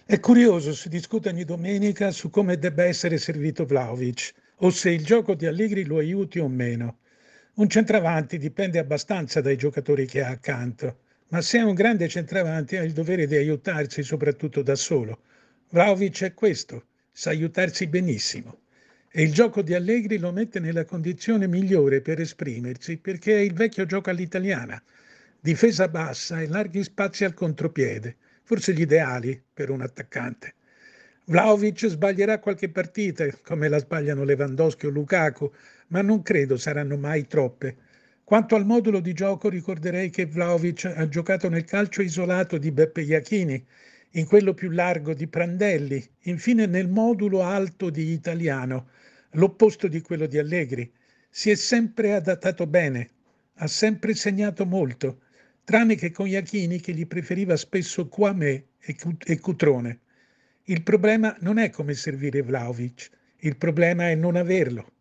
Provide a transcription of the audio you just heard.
È curioso, si discute ogni domenica su come debba essere servito Vlahovic o se il gioco di Allegri lo aiuti o meno. Un centravanti dipende abbastanza dai giocatori che ha accanto, ma se è un grande centravanti ha il dovere di aiutarsi soprattutto da solo. Vlahovic è questo, sa aiutarsi benissimo. E il gioco di Allegri lo mette nella condizione migliore per esprimersi perché è il vecchio gioco all'italiana. Difesa bassa e larghi spazi al contropiede, forse gli ideali per un attaccante. Vlahovic sbaglierà qualche partita, come la sbagliano Lewandowski o Lukaku, ma non credo saranno mai troppe. Quanto al modulo di gioco, ricorderei che Vlahovic ha giocato nel calcio isolato di Beppe Iachini, in quello più largo di Prandelli, infine nel modulo alto di Italiano, l'opposto di quello di Allegri. Si è sempre adattato bene, ha sempre segnato molto, tranne che con Iachini che gli preferiva spesso Kouamé e Cutrone. Il problema non è come servire Vlahovic, il problema è non averlo.